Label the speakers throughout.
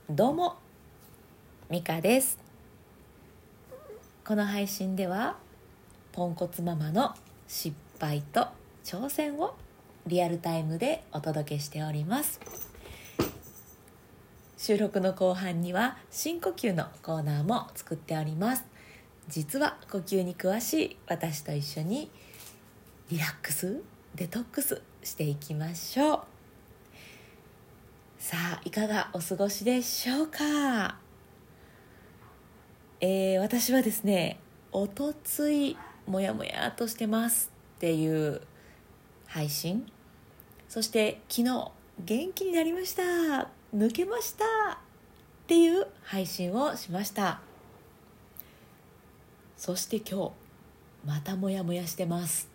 Speaker 1: どうも、ミカです。この配信ではポンコツママの失敗と挑戦をリアルタイムでお届けしております。収録の後半には深呼吸のコーナーも作っております。実は呼吸に詳しい私と一緒にリラックス、デトックスしていきましょう。さあ、いかがお過ごしでしょうか。私はですね、おとついもやもやとしてますっていう配信、そして昨日元気になりました、抜けましたっていう配信をしました。そして今日またもやもやしてます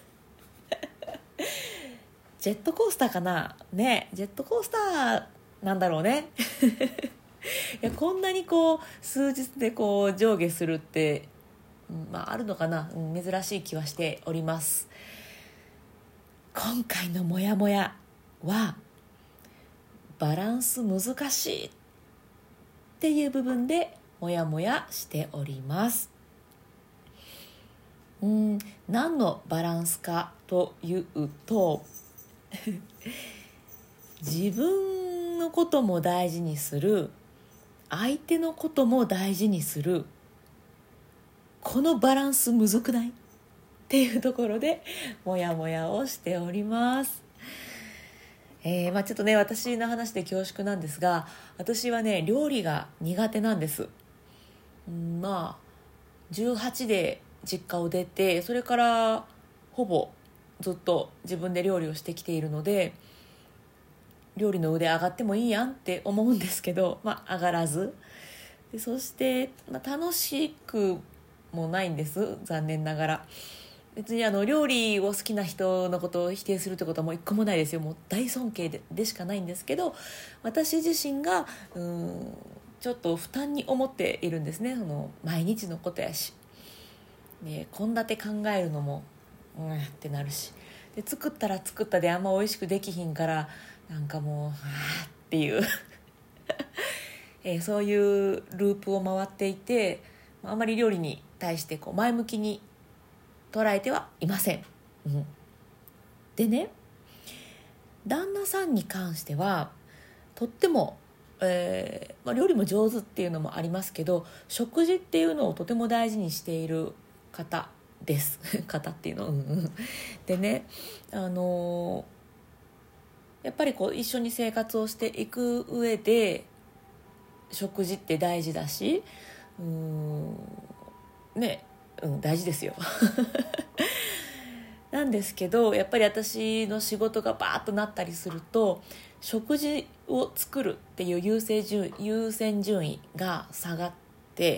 Speaker 1: ジェットコースターかなね。ジェットコースターなんだろうねいや、こんなに数日で上下するって、あるのかな、珍しい気はしております。今回のモヤモヤはバランス難しいっていう部分でモヤモヤしております。何のバランスかというと自分のことも大事にする、相手のことも大事にする、このバランスむずくないっていうところでモヤモヤをしております。ちょっとね、私の話で恐縮なんですが、私はね、料理が苦手なんです。18で実家を出て、それからほぼずっと自分で料理をしてきているので、料理の腕上がってもいいやんって思うんですけど、上がらずで、そして、楽しくもないんです、残念ながら。別に料理を好きな人のことを否定するってことはもう一個もないですよ。もう大尊敬でしかないんですけど、私自身がちょっと負担に思っているんですね。その毎日のことやし、献立考えるのもってなるし、で作ったら作ったであんま美味しくできひんから、なんかもうっていうそういうループを回っていて、あまり料理に対して前向きに捉えてはいません。でね、旦那さんに関してはとっても、料理も上手っていうのもありますけど、食事っていうのをとても大事にしている方です方っていうの、でね、やっぱり一緒に生活をしていく上で食事って大事だし、大事ですよなんですけど、やっぱり私の仕事がバーッとなったりすると、食事を作るっていう優先順位が下がって、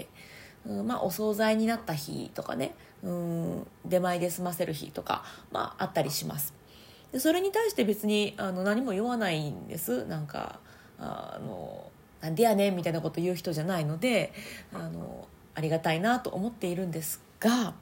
Speaker 1: お惣菜になった日とかね、出前で済ませる日とか、あったりします。でそれに対して別に何も言わないんです。なんかなんでやねんみたいなこと言う人じゃないので、ありがたいなと思っているんですが、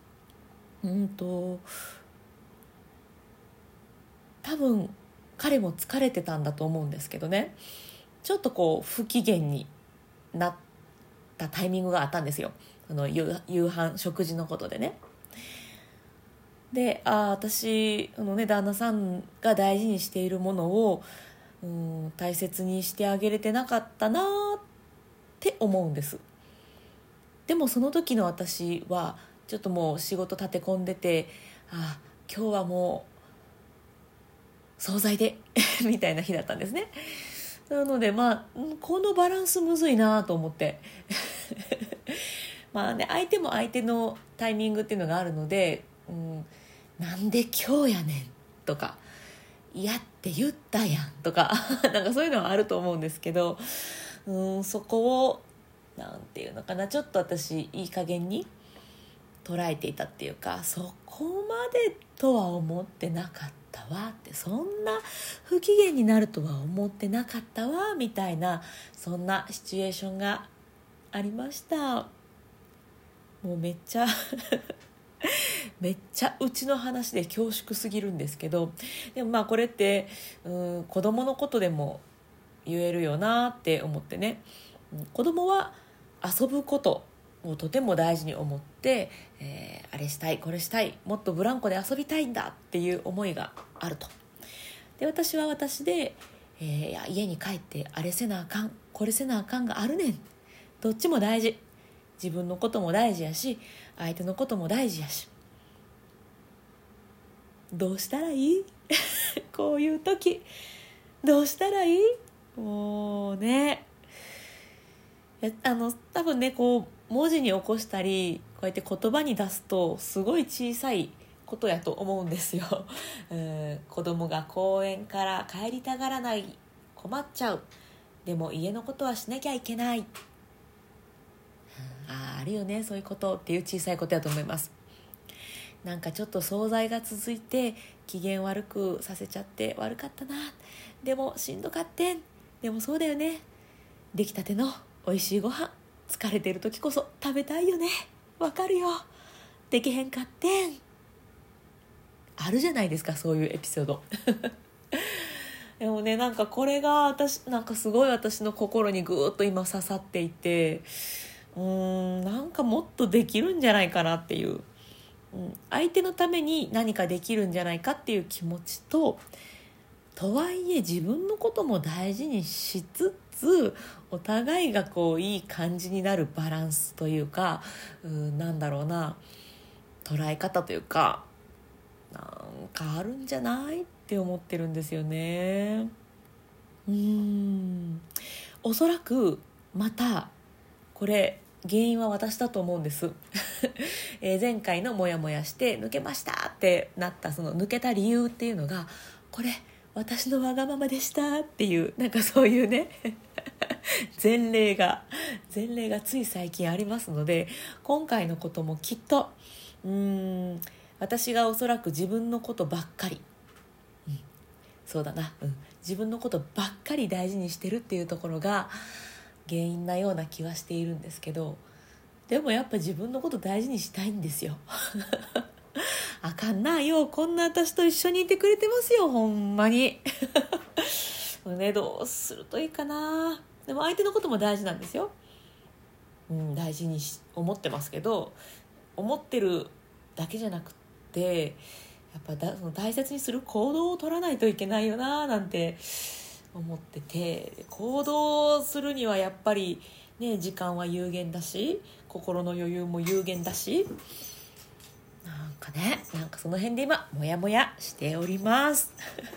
Speaker 1: 多分彼も疲れてたんだと思うんですけどね、ちょっと不機嫌になったタイミングがあったんですよ。夕飯食事のことでね。で、私旦那さんが大事にしているものを大切にしてあげれてなかったなって思うんです。でもその時の私はちょっともう仕事立て込んでて、今日はもう惣菜でみたいな日だったんですね。なのでこのバランスむずいなと思って相手も相手のタイミングっていうのがあるので、なんで今日やねんとか、やって言ったやんとかなんかそういうのはあると思うんですけど、そこをなんていうのかな、ちょっと私いい加減に捉えていたっていうか、そこまでとは思ってなかったわって、そんな不機嫌になるとは思ってなかったわみたいな、そんなシチュエーションがありました。もうめっちゃめっちゃうちの話で恐縮すぎるんですけど、でもこれって子供のことでも言えるよなって思ってね。子供は遊ぶことをとても大事に思って、あれしたいこれしたい、もっとブランコで遊びたいんだっていう思いがあると。で私は私で、いや家に帰ってあれせなあかんこれせなあかんがあるねん。どっちも大事。自分のことも大事やし、相手のことも大事やし、どうしたらいいこういう時どうしたらいい？もうね、多分ね、こう文字に起こしたりこうやって言葉に出すとすごい小さいことやと思うんですよ。子供が公園から帰りたがらない、困っちゃう、でも家のことはしなきゃいけない、あるよねそういうことっていう小さいことやと思います。なんかちょっと惣菜が続いて機嫌悪くさせちゃって悪かったな、でもしんどかってん、でもそうだよね、出来たての美味しいご飯疲れてる時こそ食べたいよね、わかるよ、できへんかってん、あるじゃないですかそういうエピソード。でもね、なんかこれがなんかすごい私の心にぐーっと今刺さっていて、なんかもっとできるんじゃないかなっていう、相手のために何かできるんじゃないかっていう気持ちとはいえ自分のことも大事にしつつ、お互いがこういい感じになるバランスというか、なんだろうな、捉え方というか、なんかあるんじゃないって思ってるんですよね。おそらくまたこれ原因は私だと思うんです。前回のモヤモヤして抜けましたってなったその抜けた理由っていうのが、これ私のわがままでしたっていう、なんかそういうね前例がつい最近ありますので、今回のこともきっと私がおそらく自分のことばっかり、そうだな、自分のことばっかり大事にしてるっていうところが原因なような気はしているんですけど、でもやっぱ自分のこと大事にしたいんですよ。あかんなよ、こんな私と一緒にいてくれてますよほんまに。ね、どうするといいかな。でも相手のことも大事なんですよ、大事に思ってますけど、思ってるだけじゃなくってやっぱその大切にする行動を取らないといけないよななんて思ってて、行動するにはやっぱりね、時間は有限だし心の余裕も有限だし、なんかその辺で今モヤモヤしております。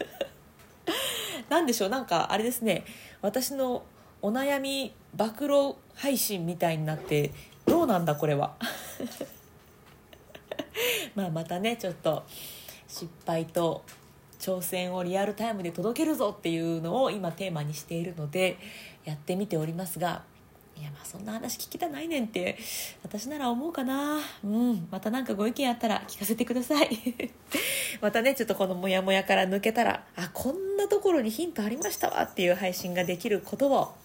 Speaker 1: なんでしょう、なんかあれですね、私のお悩み暴露配信みたいになってどうなんだこれは。またねちょっと失敗と挑戦をリアルタイムで届けるぞっていうのを今テーマにしているのでやってみておりますが、いやそんな話聞きたないねんって私なら思うかな。またなんかご意見あったら聞かせてください。またねちょっとこのモヤモヤから抜けたら、こんなところにヒントありましたわっていう配信ができることを、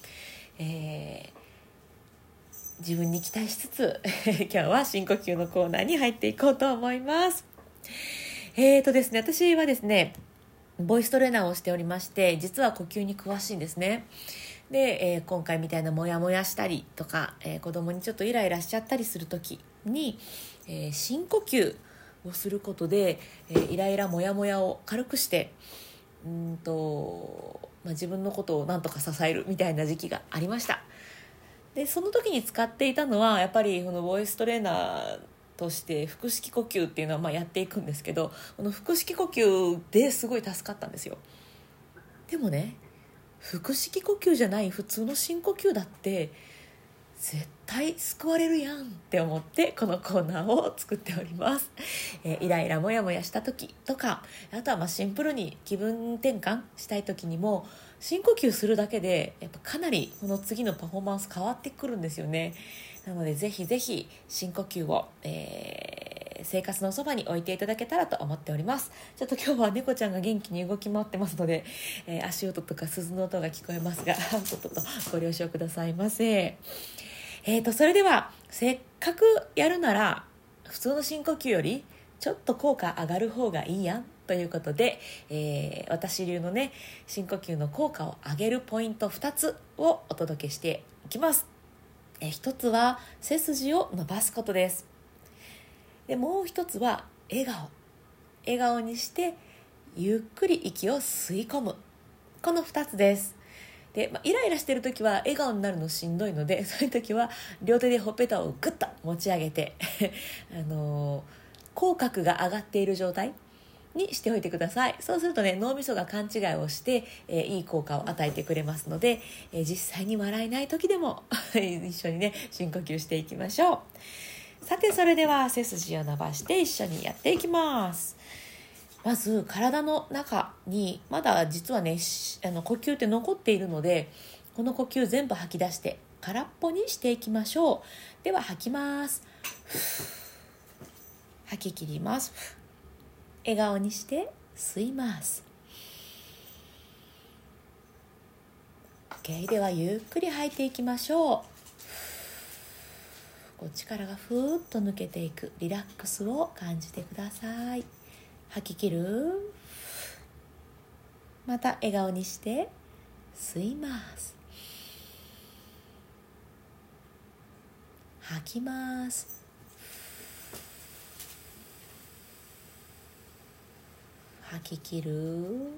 Speaker 1: 自分に期待しつつ今日は深呼吸のコーナーに入っていこうと思います。ですね、私はですねボイストレーナーをしておりまして、実は呼吸に詳しいんですね。で、今回みたいなモヤモヤしたりとか、子供にちょっとイライラしちゃったりする時に、深呼吸をすることで、イライラモヤモヤを軽くして自分のことをなんとか支えるみたいな時期がありました。でその時に使っていたのはやっぱりこのボイストレーナーとして腹式呼吸っていうのはやっていくんですけど、この腹式呼吸ですごい助かったんですよ。でもね、腹式呼吸じゃない普通の深呼吸だって絶対救われるやんって思ってこのコーナーを作っております。イライラモヤモヤした時とか、あとはシンプルに気分転換したい時にも深呼吸するだけでやっぱかなりこの次のパフォーマンス変わってくるんですよね。なのでぜひぜひ深呼吸を、生活のそばに置いていただけたらと思っております。ちょっと今日は猫ちゃんが元気に動き回ってますので、足音とか鈴の音が聞こえますがちょっとご了承くださいませ。それではせっかくやるなら普通の深呼吸よりちょっと効果上がる方がいいやんということで、私流のね深呼吸の効果を上げるポイント2つをお届けしていきます。1つは背筋を伸ばすことです。でもう1つは笑顔にしてゆっくり息を吸い込む、この2つです。で、イライラしてる時は笑顔になるのしんどいので、そういう時は両手でほっぺたをグッと持ち上げて口角が上がっている状態にしておいてください。そうするとね、脳みそが勘違いをして、いい効果を与えてくれますので、実際に笑えない時でも一緒にね深呼吸していきましょう。さて、それでは背筋を伸ばして一緒にやっていきます。まず体の中にまだ実はね呼吸って残っているので、この呼吸全部吐き出して空っぽにしていきましょう。では吐きます。吐き切ります。笑顔にして吸います。 OK。 ではゆっくり吐いていきましょう。力がふーっと抜けていくリラックスを感じてください。吐き切る。また笑顔にして吸います。吐きます。吐き切る。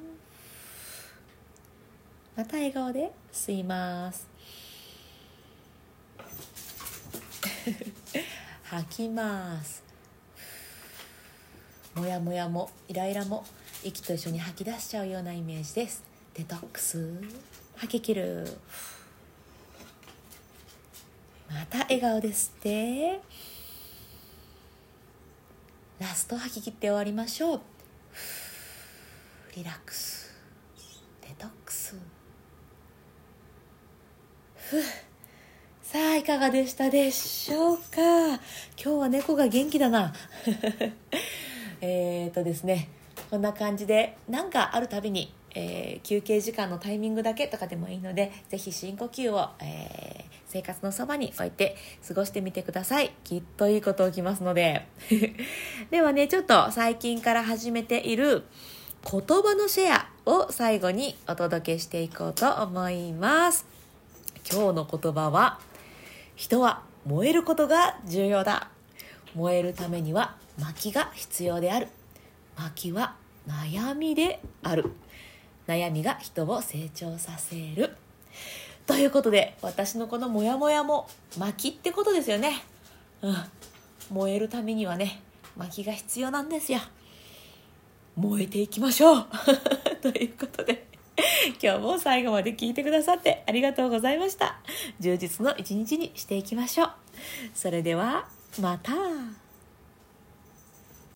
Speaker 1: また笑顔で吸います。吐きます。もやもやもイライラも息と一緒に吐き出しちゃうようなイメージです。デトックス。吐き切る。また笑顔で吸って、ラスト吐き切って終わりましょう。リラックス、デトックス。さあ、いかがでしたでしょうか。今日は猫が元気だなですね、こんな感じで何かあるたびに、休憩時間のタイミングだけとかでもいいので、ぜひ深呼吸を、生活のそばに置いて過ごしてみてください。きっといいこと起きますのでではね、ちょっと最近から始めている言葉のシェアを最後にお届けしていこうと思います。今日の言葉は、人は燃えることが重要だ。燃えるためには薪が必要である。薪は悩みである。悩みが人を成長させる。ということで、私のこのモヤモヤも薪ってことですよね。燃えるためにはね、薪が必要なんですよ。燃えていきましょうということで、今日も最後まで聞いてくださってありがとうございました。充実の一日にしていきましょう。それではまた。